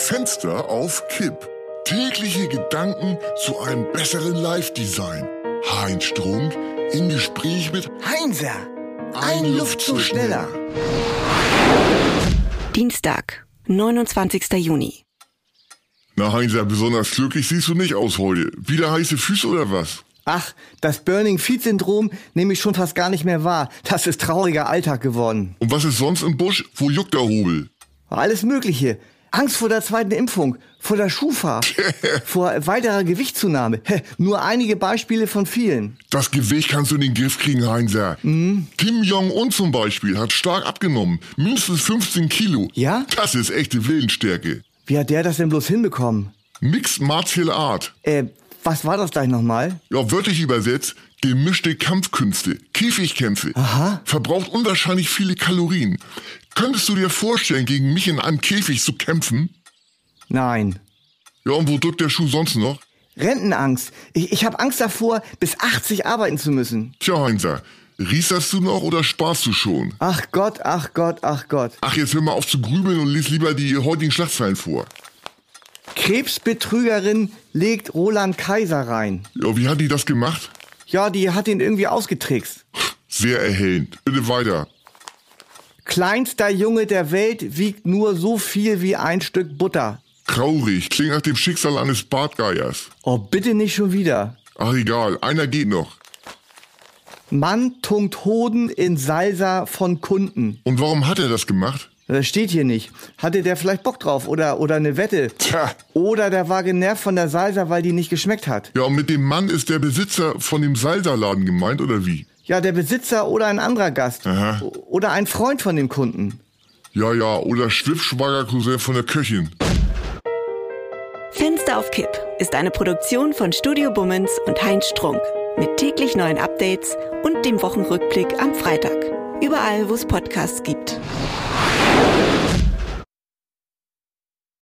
Fenster auf Kipp. Tägliche Gedanken zu einem besseren Live-Design. Heinz Strunk im Gespräch mit Heinzer, ein Luftzug schneller. Dienstag, 29. Juni. Na Heinzer, besonders glücklich siehst du nicht aus heute. Wieder heiße Füße oder was? Ach, das Burning Feet Syndrom nehme ich schon fast gar nicht mehr wahr. Das ist trauriger Alltag geworden. Und was ist sonst im Busch? Wo juckt der Hobel? Alles Mögliche. Angst vor der zweiten Impfung, vor der Schufa, vor weiterer Gewichtszunahme. Nur einige Beispiele von vielen. Das Gewicht kannst du in den Griff kriegen, Heinzer. Kim Jong-un zum Beispiel hat stark abgenommen. Mindestens 15 Kilo. Ja? Das ist echte Willensstärke. Wie hat der das denn bloß hinbekommen? Mixed Martial Art. Was war das gleich nochmal? Ja, wörtlich übersetzt, gemischte Kampfkünste, Käfigkämpfe. Aha. Verbraucht unwahrscheinlich viele Kalorien. Könntest du dir vorstellen, gegen mich in einem Käfig zu kämpfen? Nein. Ja, und wo drückt der Schuh sonst noch? Rentenangst. Ich habe Angst davor, bis 80 arbeiten zu müssen. Tja, Heinzer, riesterst du noch oder sparst du schon? Ach Gott, ach Gott, ach Gott. Ach, jetzt hör mal auf zu grübeln und lies lieber die heutigen Schlagzeilen vor. Krebsbetrügerin legt Roland Kaiser rein. Ja, wie hat die das gemacht? Ja, die hat ihn irgendwie ausgetrickst. Sehr erhellend. Bitte weiter. Kleinster Junge der Welt wiegt nur so viel wie ein Stück Butter. Traurig, klingt nach dem Schicksal eines Bartgeiers. Oh, bitte nicht schon wieder. Ach egal, einer geht noch. Mann tunkt Hoden in Salsa von Kunden. Und warum hat er das gemacht? Das steht hier nicht. Hatte der vielleicht Bock drauf oder eine Wette? Tja. Oder der war genervt von der Salsa, weil die nicht geschmeckt hat. Ja, und mit dem Mann ist der Besitzer von dem Salsa-Laden gemeint, oder wie? Ja, der Besitzer oder ein anderer Gast. Aha. Oder ein Freund von dem Kunden. Ja, oder Schwippschwager-Cousin von der Köchin. Fenster auf Kipp ist eine Produktion von Studio Bummens und Heinz Strunk. Mit täglich neuen Updates und dem Wochenrückblick am Freitag. Überall, wo es Podcasts gibt.